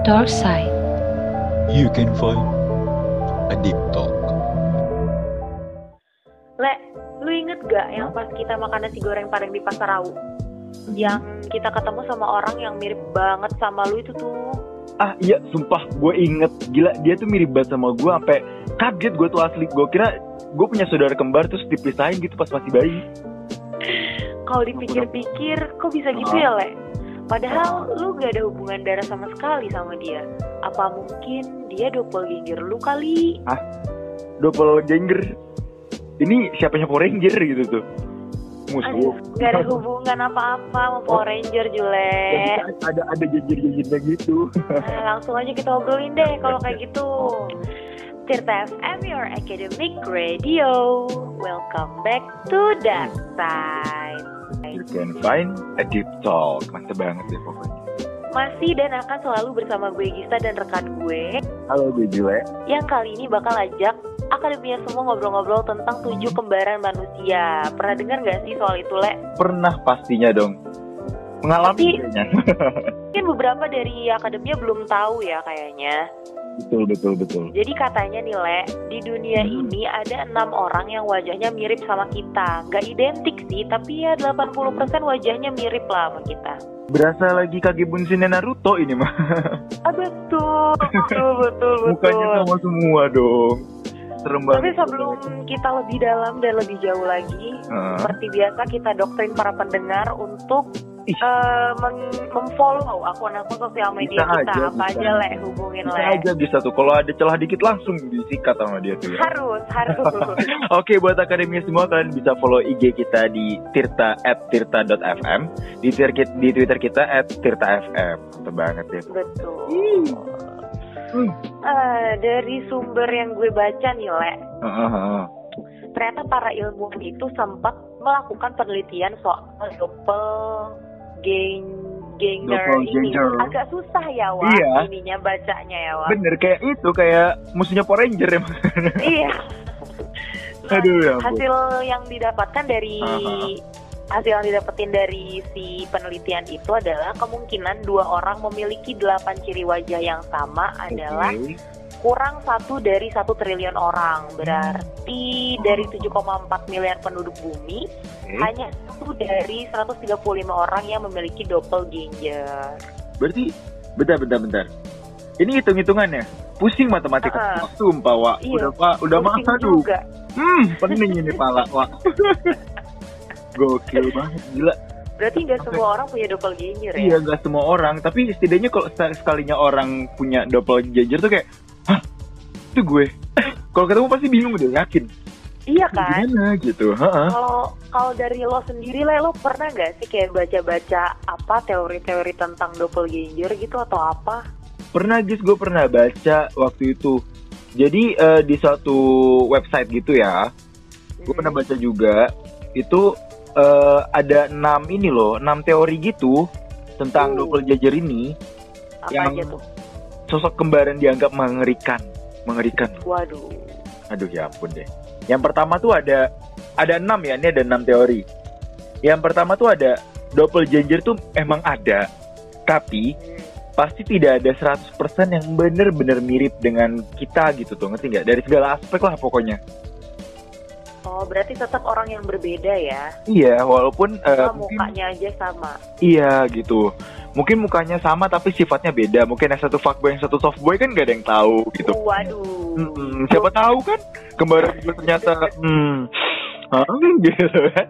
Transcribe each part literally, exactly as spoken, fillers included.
Doorside. You can find a deep talk. Le, lu inget gak yang pas kita makan nasi goreng Padang di Pasar Rawu? Yang kita ketemu sama orang yang mirip banget sama lu itu tuh. Ah iya, sumpah gue inget. Gila, dia tuh mirip banget sama gue. Sampai kaget gue tuh asli. Gue kira gue punya saudara kembar terus dipisahin gitu pas masih bayi. Kalau dipikir-pikir, kok bisa gitu ya, Le? Padahal lu gak ada hubungan darah sama sekali sama dia. Apa mungkin dia doppelganger lu kali? Ah, doppelganger? Ini siapanya Power Ranger gitu tuh? Musuh. Aduh, gak ada hubungan apa-apa sama Power Ranger, Jule. Ya, ada ada jajar-jajarnya gitu. Nah, langsung aja kita obrolin deh kalau kayak gitu. Tirta F M, your academic radio. Welcome back to that side. You can find a deep talk. Mantap banget deh pokoknya. Masih dan akan selalu bersama gue Gista dan rekan gue. Halo gue Jule. Yang kali ini bakal ajak akademia semua ngobrol-ngobrol tentang tujuh kembaran manusia. Pernah dengar gak sih soal itu, Le? Pernah pastinya dong. Mengalami kayaknya. Mungkin beberapa dari akademia belum tahu ya kayaknya. Betul, betul, betul. Jadi katanya nih, Le, di dunia hmm. ini ada enam orang yang wajahnya mirip sama kita. Gak identik sih, tapi ya delapan puluh persen wajahnya mirip lah sama kita. Berasa lagi Kage Bunshin Naruto ini mah. Ah, betul, betul, betul, betul. Mukanya sama semua dong. Serem banget. Tapi sebelum kita lebih dalam dan lebih jauh lagi, uh. seperti biasa kita doktrin para pendengar untuk uh, mem- memfollow akun-akun sosial media bisa kita. Aja, apa bisa. aja, Le, hubungin, bisa Le. Bisa aja, bisa tuh. Kalau ada celah dikit langsung disikat sama dia tuh ya. Harus, harus. Oke, buat akademia semua kalian bisa follow I G kita di tirta at tirta dot f m, di Twitter, di Twitter kita at tirta f m. Mantap banget ya. Betul. Hmm. Uh, dari sumber yang gue baca nih, Le, uh-huh. ternyata para ilmuwan itu sempat melakukan penelitian soal doppelganger ini. Agak susah ya, Wak, iya. ininya bacanya ya, Wak. Bener, kayak itu, kayak musuhnya Power Ranger emang. Iya. Nah, Aduh, ya hasil yang didapatkan dari uh-huh. hasil yang didapetin dari si penelitian itu adalah kemungkinan dua orang memiliki delapan ciri wajah yang sama adalah okay. kurang satu dari satu triliun orang. Berarti dari tujuh koma empat miliar penduduk bumi, okay. hanya satu dari seratus tiga puluh lima orang yang memiliki doppelganger. Berarti, bentar, bentar, bentar. Ini hitung-hitungannya. Pusing matematika. Uh-huh. Sumpah, Wak. Iya. Udah, Pak. Udah mah, aduh. Hmm, pening ini pala, Wak. Gokil banget, gila. Berarti nggak semua orang punya doppelganger ya? Iya, nggak semua orang. Tapi setidaknya kalau sekalinya orang punya doppelganger tuh kayak, hah, itu gue. Kalau ketemu pasti bingung deh, yakin. Iya kan? Gimana gitu? Kalau kalau dari lo sendiri, Le, lo pernah nggak sih kayak baca-baca apa teori-teori tentang doppelganger gitu atau apa? Pernah, guys. Gue pernah baca waktu itu. Jadi uh, di suatu website gitu ya, gue hmm. pernah baca juga. Itu Uh, ada enam ini loh, enam teori gitu tentang uh. doppelganger ini. Apa yang aja tuh? Sosok kembaran dianggap mengerikan, mengerikan. Waduh. Aduh ya ampun deh. Yang pertama tuh ada ada enam ya, ini ada enam teori. Yang pertama tuh ada doppelganger tuh emang ada, tapi hmm. pasti tidak ada seratus persen yang benar-benar mirip dengan kita gitu tuh, ngerti nggak? Dari segala aspek lah pokoknya. Oh, berarti tetap orang yang berbeda ya? Iya, walaupun uh, mungkin, mukanya aja sama. Iya, gitu. Mungkin mukanya sama tapi sifatnya beda. Mungkin yang satu fuckboy, yang satu softboy kan gak ada yang tahu gitu. Waduh. Hmm, siapa tahu kan kembaran gue ternyata hmm, hmm gitu kan.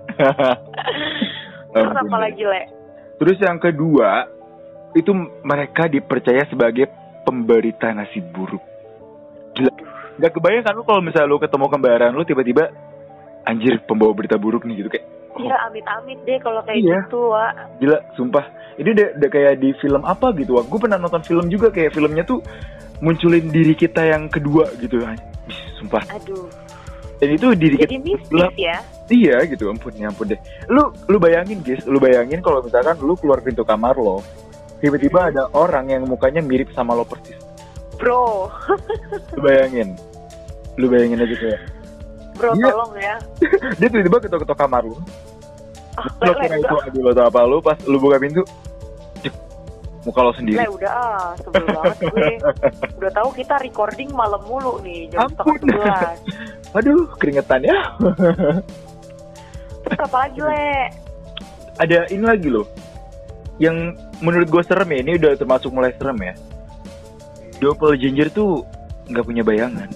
Terus apa lagi, Le? Terus yang kedua, itu mereka dipercaya sebagai pemberita nasib buruk. Gila. Gak kebayang kan lu kalau misalnya lu ketemu kembaran lu tiba-tiba anjir pembawa berita buruk nih gitu kayak. Iya, oh. amit-amit deh kalau kayak iya. gitu, Wak. Gila, sumpah. Ini udah, udah kayak di film apa gitu, Wak. Gue pernah nonton film juga kayak filmnya tuh munculin diri kita yang kedua gitu. Sumpah. Aduh. Dan itu diri Jadi kita mistis ya? Iya gitu, ampun ya ampun deh. Lu lu bayangin guys, lu bayangin kalau misalkan lu keluar pintu kamar lo, tiba-tiba hmm. ada orang yang mukanya mirip sama lo persis. Bro. Lu bayangin. Lu bayangin aja kayak Bro, dia, tolong ya. Dia tiba-tiba ketok-ketok kamar lu. Oh, lo kira itu aduh lo tau apa, lu pas lu buka pintu cek, muka lo sendiri. Lah udah ah, sebel banget gue. Udah tahu kita recording malam mulu nih, jam setengah Ampun. sebelas. Aduh, keringetan ya. Terus apa lagi, Le? Ada ini lagi loh, yang menurut gue serem ya, ini udah termasuk mulai serem ya. Doppelganger tuh nggak punya bayangan.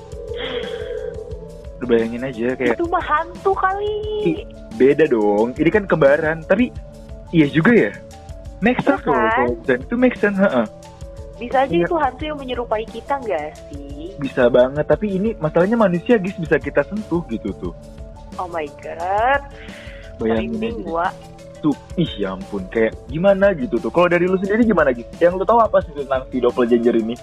Lu bayangin aja kayak Itu mah hantu kali. Ih, beda dong, ini kan kembaran. Tapi iya juga ya, make sense Iya kan? loh. Dan itu make sense, heeh. Bisa aja Iya. itu hantu yang menyerupai kita nggak sih? Bisa banget, tapi ini masalahnya manusia guys, bisa kita sentuh gitu tuh. Oh my god. Bayangin Merinding aja. gua. Tuh, ih ya ampun, kayak gimana gitu tuh. Kalau dari lu sendiri gimana gitu? Yang lu tahu apa sih tentang si doppelganger ini?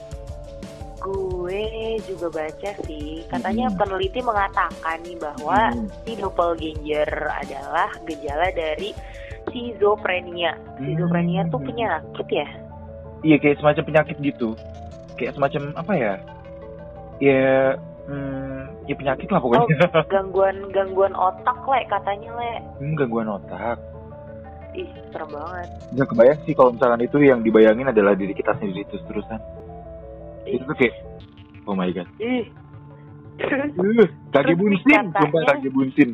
Gue juga baca sih, katanya Hmm. peneliti mengatakan nih bahwa Hmm. si doppelganger adalah gejala dari schizophrenia. Schizophrenia tuh Hmm. penyakit ya? Iya, kayak semacam penyakit gitu. Kayak semacam apa ya? Ya, hmm, ya penyakit lah Oh, pokoknya. gangguan gangguan otak, Le, katanya, Le. Hmm, gangguan otak. Ih, serem banget. Nggak kebayang sih kalau misalkan itu yang dibayangin adalah diri kita sendiri terus-terusan. Ih, Itu tuh kayak, oh my god. ih. Uh, kaki Terus bunsin, katanya- sumpah kaki bunsin.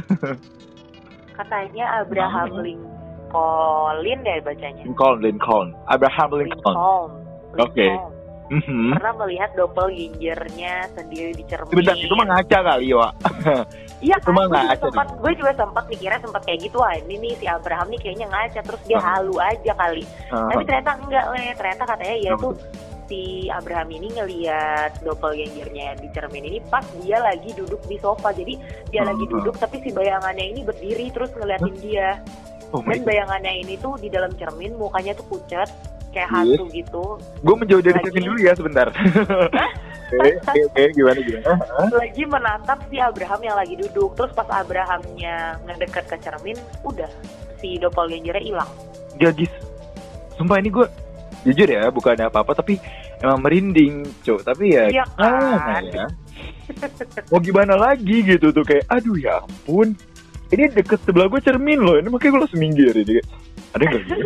Katanya Abraham Lincoln ya bacanya. Lincoln, Lincoln. Abraham Lincoln. Lincoln. Oke. Lincoln. Mhm. Pernah melihat doppelgangernya sendiri di cermin. Sebentar, itu mah ngaca kali, Wak. Iya itu kan, mah gue juga ngaca sempat, dong. gue juga sempat mikirnya sempat kayak gitu, wah ini nih si Abraham nih kayaknya ngaca, terus dia Ah. halu aja kali. Ah. Tapi ternyata enggak, Le. Ternyata katanya ya Apa tuh tuh? si Abraham ini ngelihat doppelgangernya di cermin ini pas dia lagi duduk di sofa. Jadi dia Ah. lagi duduk tapi si bayangannya ini berdiri terus ngeliatin dia. Oh my Dan god. bayangannya ini tuh di dalam cermin mukanya tuh pucat kayak Yes. hantu gitu. Gue menjauh dari Lagi. cermin dulu ya sebentar. Oke, oke, oke, gimana gimana? Lagi menatap si Abraham yang lagi duduk. Terus pas Abrahamnya ngedeket ke cermin, udah si doppelgangernya hilang. Gagis. Sumpah ini gue jujur ya, bukan apa-apa tapi emang merinding, Cuk. Tapi ya Iya gimana kan? ya? Mau gimana lagi gitu tuh kayak aduh ya ampun. Ini deket sebelah gue cermin loh. Ini makanya gue langsung minggir ini. Ada nggak sih?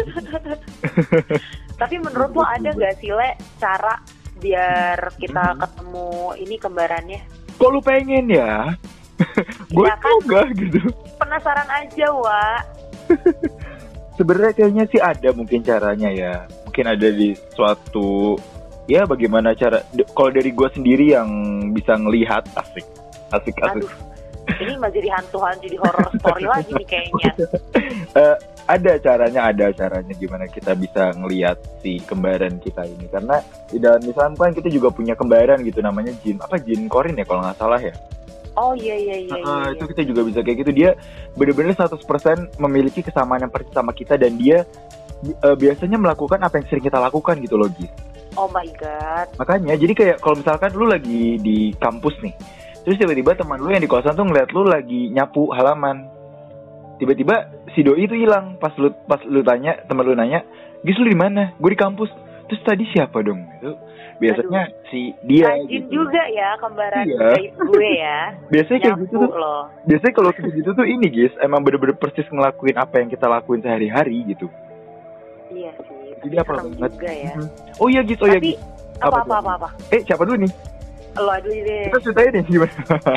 Tapi menurut lo ada nggak sih, Le, cara biar kita Hmm. ketemu ini kembarannya? Kok lu pengen ya? Gue Iya kan? juga gitu. Penasaran aja, Wak. Sebenarnya kayaknya sih ada mungkin caranya ya. Mungkin ada di suatu ya bagaimana cara. d- Kalau dari gue sendiri yang bisa ngelihat asik, asik, asik. Aduh, ini mah jadi hantu-hantu di horror story lagi nih kayaknya. Eh, ada caranya, ada caranya gimana kita bisa ngelihat si kembaran kita ini. Karena di dalam Islam kan kita juga punya kembaran gitu namanya jin. Apa jin korin ya kalau nggak salah ya. Oh iya iya iya. iya, Ah, iya. itu kita juga bisa kayak gitu. Dia benar-benar seratus persen memiliki kesamaan yang persis sama kita dan dia eh, biasanya melakukan apa yang sering kita lakukan gitu loh, Gis. Oh my god. Makanya jadi kayak kalau misalkan lu lagi di kampus nih, terus tiba-tiba teman lu yang di kosan tuh ngeliat lu lagi nyapu halaman. Tiba-tiba si doi itu hilang. Pas lu pas lu tanya, teman lu nanya, "Gis, lu di mana?" "Gue di kampus." Terus tadi siapa dong? Itu biasanya si dia Rajin gitu. juga ya kembaran Iya. gaib gue ya. Biasanya kayak gitu Nyapu tuh. loh. Biasanya kalau kayak gitu tuh ini, Gis, emang bener-bener persis ngelakuin apa yang kita lakuin sehari-hari gitu. Iya sih. Jadi Tapi apa serem banget? juga ya. Mhm. Oh iya, Gis, oh iya, Tapi Gis. apa Apa apa tuh? apa apa. Eh, siapa dulu nih? Lo aduh deh. Kita ceritain deh gimana.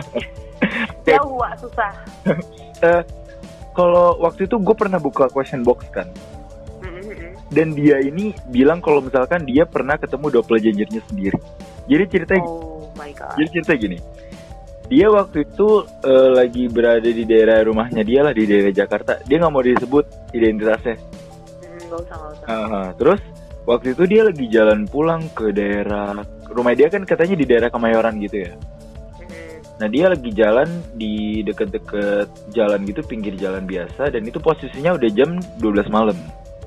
Jauh, Wak, susah. Eh, kalau waktu itu gue pernah buka question box kan, Mm-mm. dan dia ini bilang kalau misalkan dia pernah ketemu doppelgangernya sendiri. Jadi ceritanya, Oh my god. jadi cerita gini. Dia waktu itu eh, lagi berada di daerah rumahnya dia lah di daerah Jakarta. Dia nggak mau disebut identitasnya. Hmm, gak usah gak usah. Aha. Terus waktu itu dia lagi jalan pulang ke daerah rumah dia kan katanya di daerah Kemayoran gitu ya. Mm-mm. Nah dia lagi jalan di deket-deket jalan gitu, pinggir jalan biasa, dan itu posisinya udah jam dua belas malam.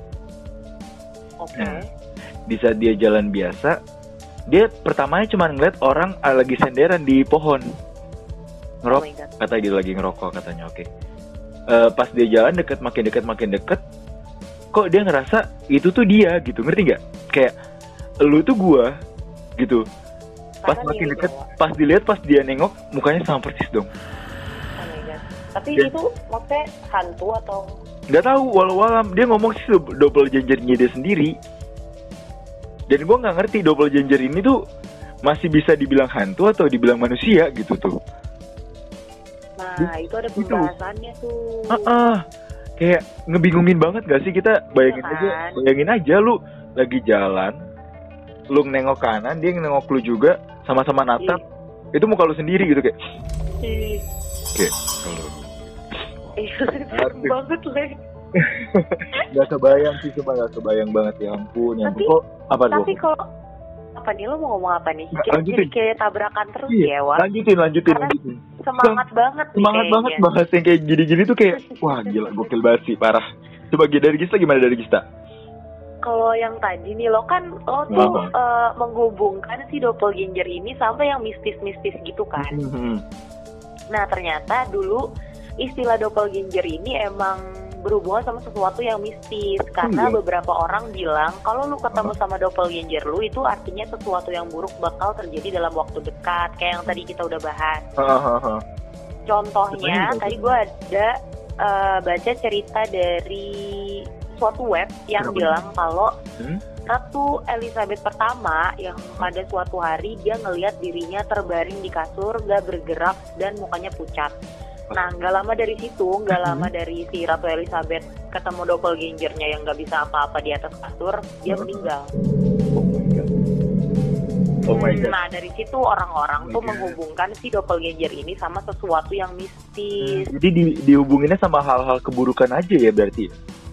Oke. Nah, di saat dia jalan biasa, dia pertamanya cuma ngeliat orang ah, lagi senderan di pohon Oh ngerok, my god. katanya dia lagi ngerokok katanya. Oke. Eh, pas dia jalan deket, makin deket makin deket, kok dia ngerasa itu tuh dia gitu, ngerti nggak? Kayak lu tuh gua gitu. Pas Karena makin mirip deket, loh, Wak. pas dilihat, pas dia nengok, mukanya sama persis dong. Oh my god. Tapi Dan- itu maksudnya hantu atau Nggak tahu, walau-walam dia ngomong sih doppelgangernya dia sendiri. Dan gue nggak ngerti doppelganger ini tuh masih bisa dibilang hantu atau dibilang manusia gitu tuh. Nah, itu ada pembahasannya tuh. Uh-uh. Kayak ngebingungin banget gak sih kita? Bayangin ya aja, kan? bayangin aja lu lagi jalan, lu nengok kanan, dia nengok lu juga, sama-sama natap. Ih. Itu muka lu sendiri gitu kayak. Ih. Kayak. Serem banget leh. Gak kebayang sih, coba gak kebayang banget ya ampun. Tapi, kok apa dong? Tapi kalau apa nih, lo mau ngomong apa nih? Nah, Kayak, jadi kayak tabrakan terus iya, ya, Wak. Lanjutin, lanjutin, Karena lanjutin. Semangat banget nih Semangat kayaknya. banget bahas yang kayak gini-gini tuh kayak, wah gila, gokil banget sih, parah. Coba dari Gista gimana dari Gista? Kalau yang tadi nih, lo kan lo tuh uh-huh. uh, menghubungkan si doppelganger ini sampai yang mistis-mistis gitu kan. Uh-huh. Nah, ternyata dulu istilah doppelganger ini emang berhubungan sama sesuatu yang mistis. Karena iya. beberapa orang bilang kalau lu ketemu sama doppelganger lu itu artinya sesuatu yang buruk bakal terjadi dalam waktu dekat. Kayak yang tadi kita udah bahas. Uh-huh. Contohnya, uh-huh. tadi gue ada uh, baca cerita dari suatu web yang uh-huh. bilang kalau hmm? Ratu Elizabeth pertama yang pada suatu hari dia ngelihat dirinya terbaring di kasur, gak bergerak dan mukanya pucat. Nah, nggak lama dari situ, nggak lama dari si Ratu Elizabeth ketemu doppelgangernya yang nggak bisa apa-apa di atas kasur, dia meninggal. Oh my god. Oh my god. Nah, dari situ orang-orang oh tuh god. menghubungkan si doppelganger ini sama sesuatu yang mistis. Hmm, jadi di, dihubunginnya sama hal-hal keburukan aja ya berarti?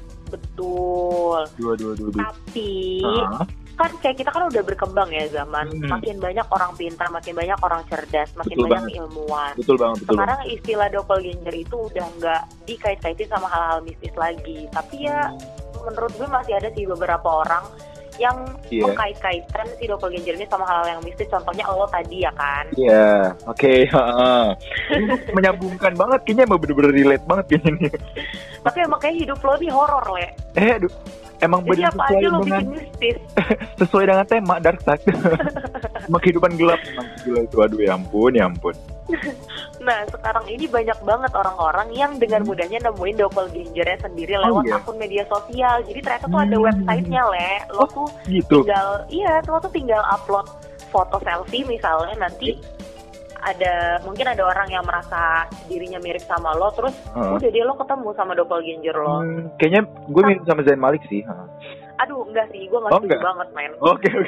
Betul. Dua, dua, dua, dua. Tapi uh-huh. kan kayak kita kan udah berkembang ya zaman, hmm. makin banyak orang pintar, makin banyak orang cerdas, makin betul banyak banget. ilmuwan. Betul banget, betul. Sekarang banget. istilah doppelganger itu udah nggak dikait-kaitin sama hal-hal mistis lagi. Tapi ya menurut gue masih ada sih beberapa orang yang yeah. mengkait-kaitkan si doppelganger ini sama hal-hal yang mistis. Contohnya lo tadi ya kan. Iya, yeah. oke. Okay. Ini menyambungkan banget, kayaknya emang bener-bener relate banget kayaknya nih. Tapi emang kayak hidup lo nih horor, Le. Eh, aduh. Emang benar sesuai aja lo dengan bikin mistis. Sesuai dengan tema dark side. Emang kehidupan gelap memang gila itu. Aduh ya ampun, ya ampun. Nah, sekarang ini banyak banget orang-orang yang dengan mudahnya nemuin doppelgangernya sendiri lewat oh, iya. akun media sosial. Jadi ternyata tuh ada websitenya, Le. Lo oh, tuh gitu. tinggal, iya, lo tuh tinggal upload foto selfie misalnya, nanti ada mungkin ada orang yang merasa dirinya mirip sama lo, terus uh. udah dia lo ketemu sama doppelganger lo. Hmm, kayaknya gue mirip sama Zayn Malik sih. Uh. Aduh, enggak sih, gue nggak oh, setuju banget, men. Oke, oke.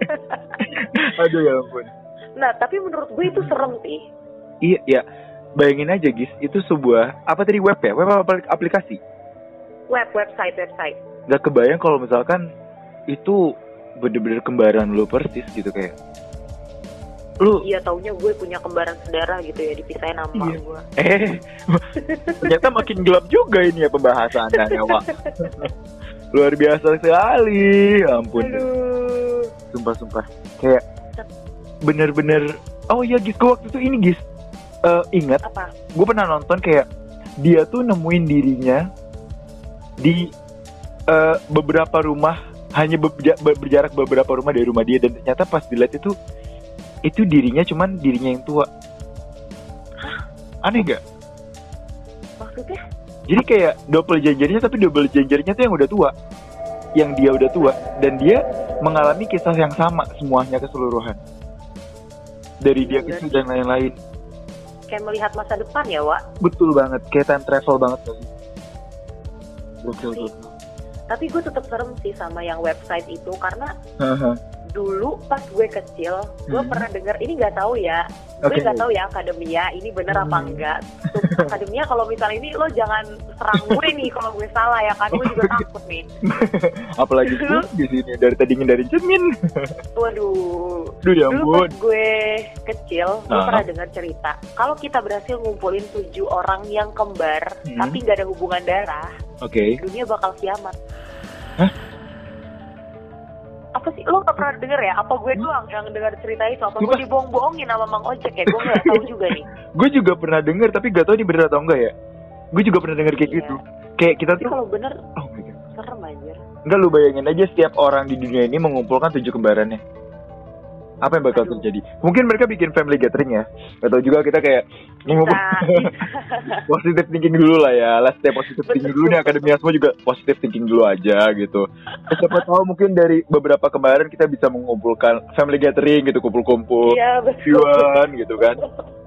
Aduh ya ampun. Nah, tapi menurut gue itu serem sih. Iya, iya. Bayangin aja, Gis, itu sebuah apa tadi web ya? Web apa aplikasi? Web, website, website. Gak kebayang kalau misalkan itu bener-bener kembaran lo persis gitu kayak. Lu iya, taunya gue punya kembaran saudara gitu ya, dipisahin sama iya. gue. Eh, ternyata makin gelap juga ini ya pembahasannya ya, Wak. Luar biasa sekali, ampun. Aduh. Sumpah-sumpah, kayak bener-bener. Oh iya, Gis, gue waktu itu ini Gis, uh, ingat. Apa? Gue pernah nonton kayak dia tuh nemuin dirinya di uh, beberapa rumah, hanya berja- berjarak beberapa rumah dari rumah dia, dan ternyata pas dilihat itu itu dirinya cuman dirinya yang tua. Hah? Aneh gak? Maksudnya? Jadi kayak doppelgangernya tapi doppelgangernya tuh yang udah tua, yang dia udah tua, dan dia mengalami kisah yang sama semuanya keseluruhan. Dari dia kecil dan lain-lain. Kayak melihat masa depan ya, Wak? Betul banget, kayak time travel banget tadi. Gokil, gokil. Tapi gue tetap serem sih sama yang website itu karena uh-huh. dulu pas gue kecil, gue hmm. pernah dengar, ini nggak tahu ya, gue okay. nggak tahu ya akademia ini bener hmm. apa enggak. Tuh, akademia kalau misalnya ini lo jangan serang gue nih kalau gue salah ya kan, gue juga takut nih. Apalagi gue di sini dari tadi ngindarin cermin. Waduh. Duh ya ampun. Dulu pas gue kecil, gue uh-huh. pernah dengar cerita kalau kita berhasil ngumpulin tujuh orang yang kembar hmm. tapi nggak ada hubungan darah, okay. dunia bakal kiamat. Hah? Apa sih, lo gak pernah denger ya? Apa gue doang yang dengar cerita itu? Apa gue dibohong-bohongin sama Mang Ojek ya? Gue gak tahu juga nih. Gue juga pernah denger, tapi gak tahu ini bener atau enggak ya. Gue juga pernah denger kayak iya. gitu. Kayak kita tapi tuh kalau bener, oh my God. serem aja. Enggak, lu bayangin aja setiap orang di dunia ini mengumpulkan tujuh kembarannya. Apa yang bakal Aduh. terjadi? Mungkin mereka bikin family gathering ya. Atau juga kita kayak Bisa, positive thinking dulu lah ya. Let's stay positive thinking dulu nih, akademia semua juga positive thinking dulu aja gitu. Terus siapa tahu mungkin dari beberapa kemarin kita bisa mengumpulkan family gathering gitu, kumpul-kumpul. Iya betul. Yuan gitu kan.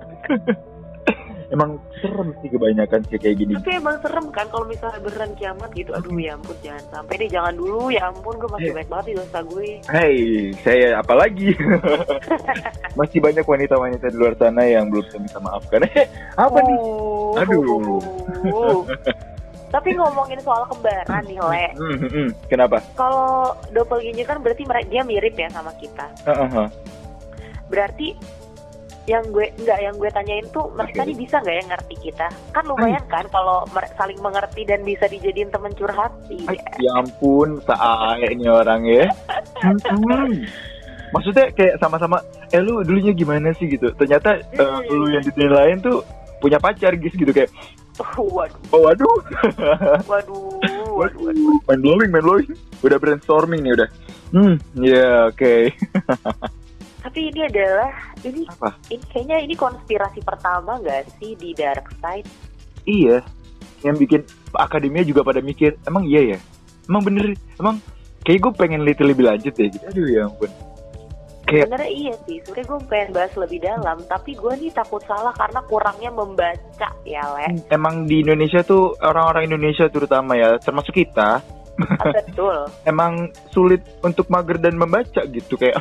Emang serem sih kebanyakan sih kayak gini. Tapi emang serem kan kalau misalnya beneran kiamat gitu. Aduh ya ampun, jangan sampai deh, jangan dulu ya ampun, gue masih banyak banget di dosa gue. Hey, saya apalagi masih banyak wanita-wanita di luar sana yang belum bisa maafkan. Apa nih? Oh. Aduh. Tapi ngomongin soal kembaran nih, Le. Hmm, hmm, hmm. Kenapa? Kalau doppelganger kan berarti mere- dia mirip ya sama kita. Uh-huh. Berarti yang gue enggak yang gue tanyain tuh mereka Oke. nih bisa nggak ya ngerti kita? Kan lumayan kan kalau mer- saling mengerti dan bisa dijadiin teman curhat. Ay, Iya. ya ampun, saaya ini orang ya. Hmm. Maksudnya kayak sama-sama, eh lu dulunya gimana sih gitu. Ternyata eh, Hmm. lu yang di dunia lain tuh punya pacar guys gitu kayak. Oh, waduh, Oh waduh. waduh, waduh, waduh. Mind blowing, mind blowing. Udah brainstorming nih udah. Hmm, ya oke. Tapi ini adalah ini Apa? ini kayaknya ini konspirasi pertama nggak sih di dark side? Iya. Yang bikin akademia juga pada mikir, emang iya ya? Emang bener? Emang kayak gue pengen lihat lebih lanjut ya gitu. Aduh ya ampun. Kayak Sebenarnya iya sih, sebenarnya gue pengen bahas lebih dalam, tapi gue nih takut salah karena kurangnya membaca ya, Le. emang di Indonesia tuh, orang-orang Indonesia terutama ya, termasuk kita, Ah, betul. emang sulit untuk mager dan membaca gitu kayak.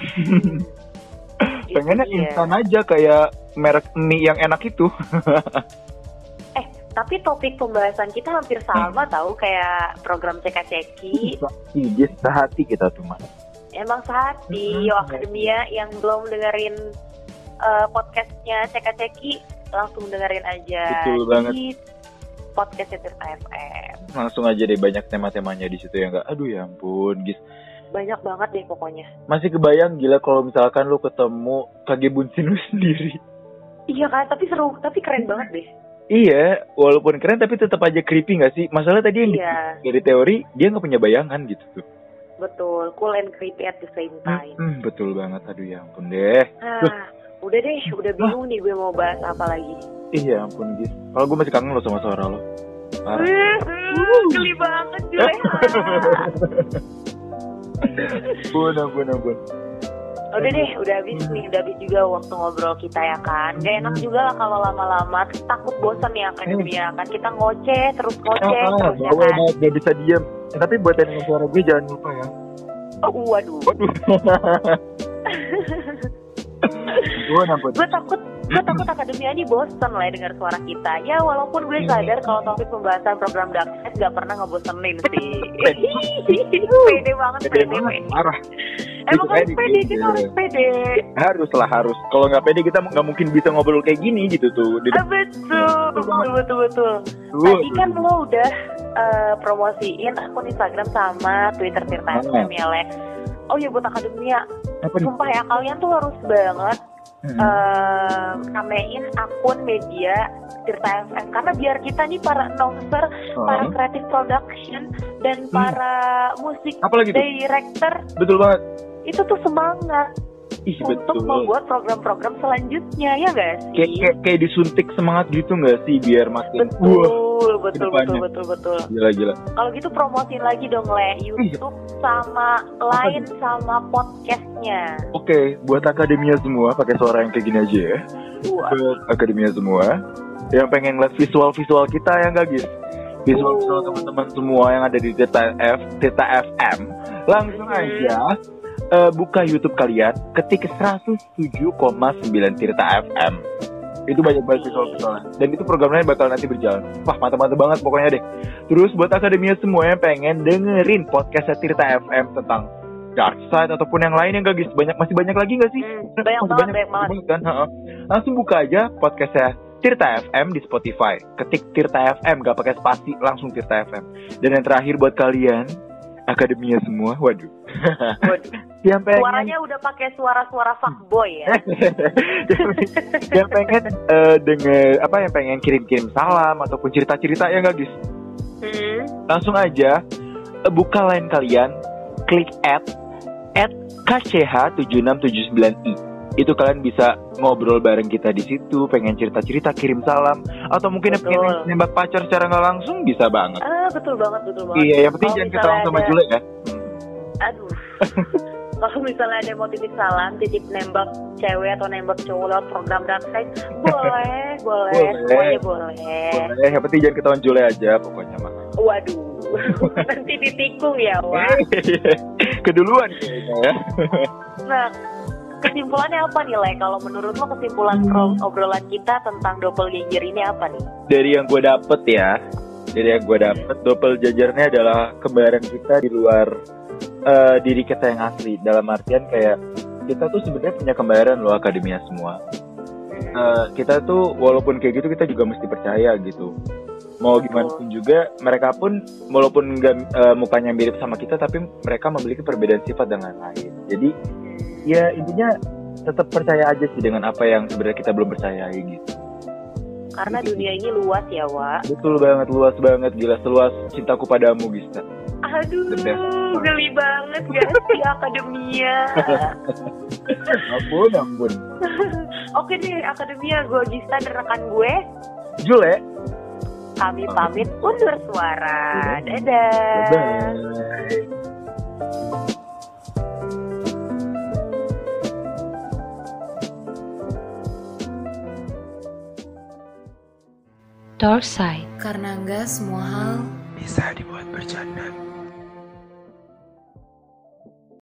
Itu Pengennya dia. instan aja kayak merek mie yang enak itu. Eh, tapi topik pembahasan kita hampir sama tahu kayak program ceka-ceki. Iya, sehati kita tuh mas. Emang sehati, Mm-mm. Yo Akademia yang belum dengerin uh, podcastnya ceka-ceki langsung dengerin aja. Betul banget. Di podcastnya Tirta F M. Langsung aja deh, banyak tema-temanya di situ ya nggak. Aduh ya ampun, guys. Banyak banget deh pokoknya. Masih kebayang gila kalau misalkan lu ketemu Kage Bunshin lu sendiri. Iya kan, tapi seru, tapi keren banget deh. Iya, walaupun keren tapi tetap aja creepy nggak sih? Masalah tadi yang di- Iya, dari teori dia nggak punya bayangan gitu tuh. betul. Cool and creepy at the same time. Hmm, betul banget. Aduh ya ampun deh. Ah, udah deh, udah bingung nih gue mau bahas apa lagi. Iya ampun guys. Kalau gue masih kangen lo sama suara lo. Parah. Uh, geli banget Juleha. Ampun, ampun, ampun. Udah deh, udah habis nih, udah habis juga waktu ngobrol kita ya kan. Gak enak juga lah kalau lama-lama, takut bosan ya akademia kan. Kita ngoceh, terus ngoceh, Ah, terus ya bawa kan. banget, gak bisa diem. Eh, tapi buat yang suara gue jangan lupa ya. Oh, waduh. Waduh. Ampun, ampun. Gue takut, gue takut akademia ini bosan lah ya dengar suara kita. Ya walaupun gue sadar kalau topik pembahasan program Darknet gak pernah ngebosenin sih. Pede banget, Pede pede, banget, pede. parah. Emang Itu harus pede, pede, gitu. kita harus pede. Harus lah, harus. Kalau nggak pede kita nggak mungkin bisa ngobrol kayak gini gitu tuh. Di- Ah, betul, betul, betul, betul. Tuh, Tadi tuh. kan lo udah eh, promosiin akun Instagram sama Twitter Tirta F M ya, Le. Oh ya buat akademia, Apa nih? sumpah ya kalian tuh harus banget Hmm. eh, ramein akun media Tirta F M karena biar kita nih para announcer, para Oh. creative production dan para musik Apalagi tuh? director Betul banget. itu tuh semangat Ih, untuk betul. membuat program-program selanjutnya, ya gak sih? Kayak, kayak, kayak disuntik semangat gitu nggak sih biar makin Betul, betul, betul, kedepannya. betul, betul. Gila gila. Kalau gitu promosiin lagi dong, Le, YouTube sama lain sama podcastnya. Oke, buat akademia semua pakai suara yang kayak gini aja ya. Wah, Buat akademia semua yang pengen lihat visual-visual kita ya nggak guys? Visual-visual Oh. teman-teman semua yang ada di Tirta F, Tirta F M, langsung Hmm. aja eh, buka YouTube kalian, ketik seratus tujuh koma sembilan Tirta F M. Itu banyak banget visual-visualnya. Dan itu programnya bakal nanti berjalan. Wah, mantap-mantap banget pokoknya deh. Terus buat akademia semua yang pengen dengerin podcast Tirta F M tentang Dark Side ataupun yang lain yang gak guys, banyak masih banyak lagi gak sih? hmm, banyak Masih banget, banyak banget. kan? Ha-ha. Langsung buka aja podcastnya Tirta F M di Spotify. Ketik Tirta F M, gak pakai spasi, langsung Tirta F M. Dan yang terakhir buat kalian akademia semua, waduh. Waduh. Yang pengen Suaranya udah pakai suara-suara fuckboy ya. yang pengen eh, denger apa yang pengen kirim-kirim salam ataupun cerita-cerita ya nggak guys, Hmm. langsung aja eh, buka line kalian, klik add at k c h tujuh enam tujuh sembilan i. Itu kalian bisa ngobrol bareng kita di situ, pengen cerita-cerita, kirim salam, atau mungkin yang Betul. pengen nembak pacar secara nggak langsung bisa banget. Ah, betul banget, betul banget. Iya, yang penting Kalau jangan misalnya ketahuan sama ada- Jule ya. Aduh. Kalau misalnya ada yang mau titip salam, titip nembak cewek atau nembak cowok lewat program dark side, boleh, boleh, Boleh. semuanya boleh. Boleh, yang penting jangan ketahuan Jule aja pokoknya mah. Waduh, nanti ditikung ya, Wak. Keduluan kayaknya ya. Nah, kesimpulannya apa nih, Le? Kalau menurut lo kesimpulan pro- obrolan kita tentang doppelganger ini apa nih? Dari yang gue dapet ya, dari yang gue dapet, doppelgangernya adalah kembaran kita di luar eh, diri kita yang asli. Dalam artian kayak kita tuh sebenarnya punya kembaran loh, akademia semua. Eh, kita tuh walaupun kayak gitu kita juga mesti percaya gitu. Mau gimana pun juga mereka pun walaupun nggak eh, mukanya mirip sama kita, tapi mereka memiliki perbedaan sifat dengan lain. Jadi ya intinya tetap percaya aja sih dengan apa yang sebenarnya kita belum percayai gitu. Karena dunia ini luas ya, Wak. Betul banget, luas banget, gila seluas cintaku padamu Gista. Aduh, The best. geli banget gak sih akademia? Ampun, ampun. Oke deh, akademia, gue Gista dan rekan gue. Jule. Kami pamit undur suara. Dadah. Bye. Dark Side. Karena enggak semua hal Bisa dibuat bercanda.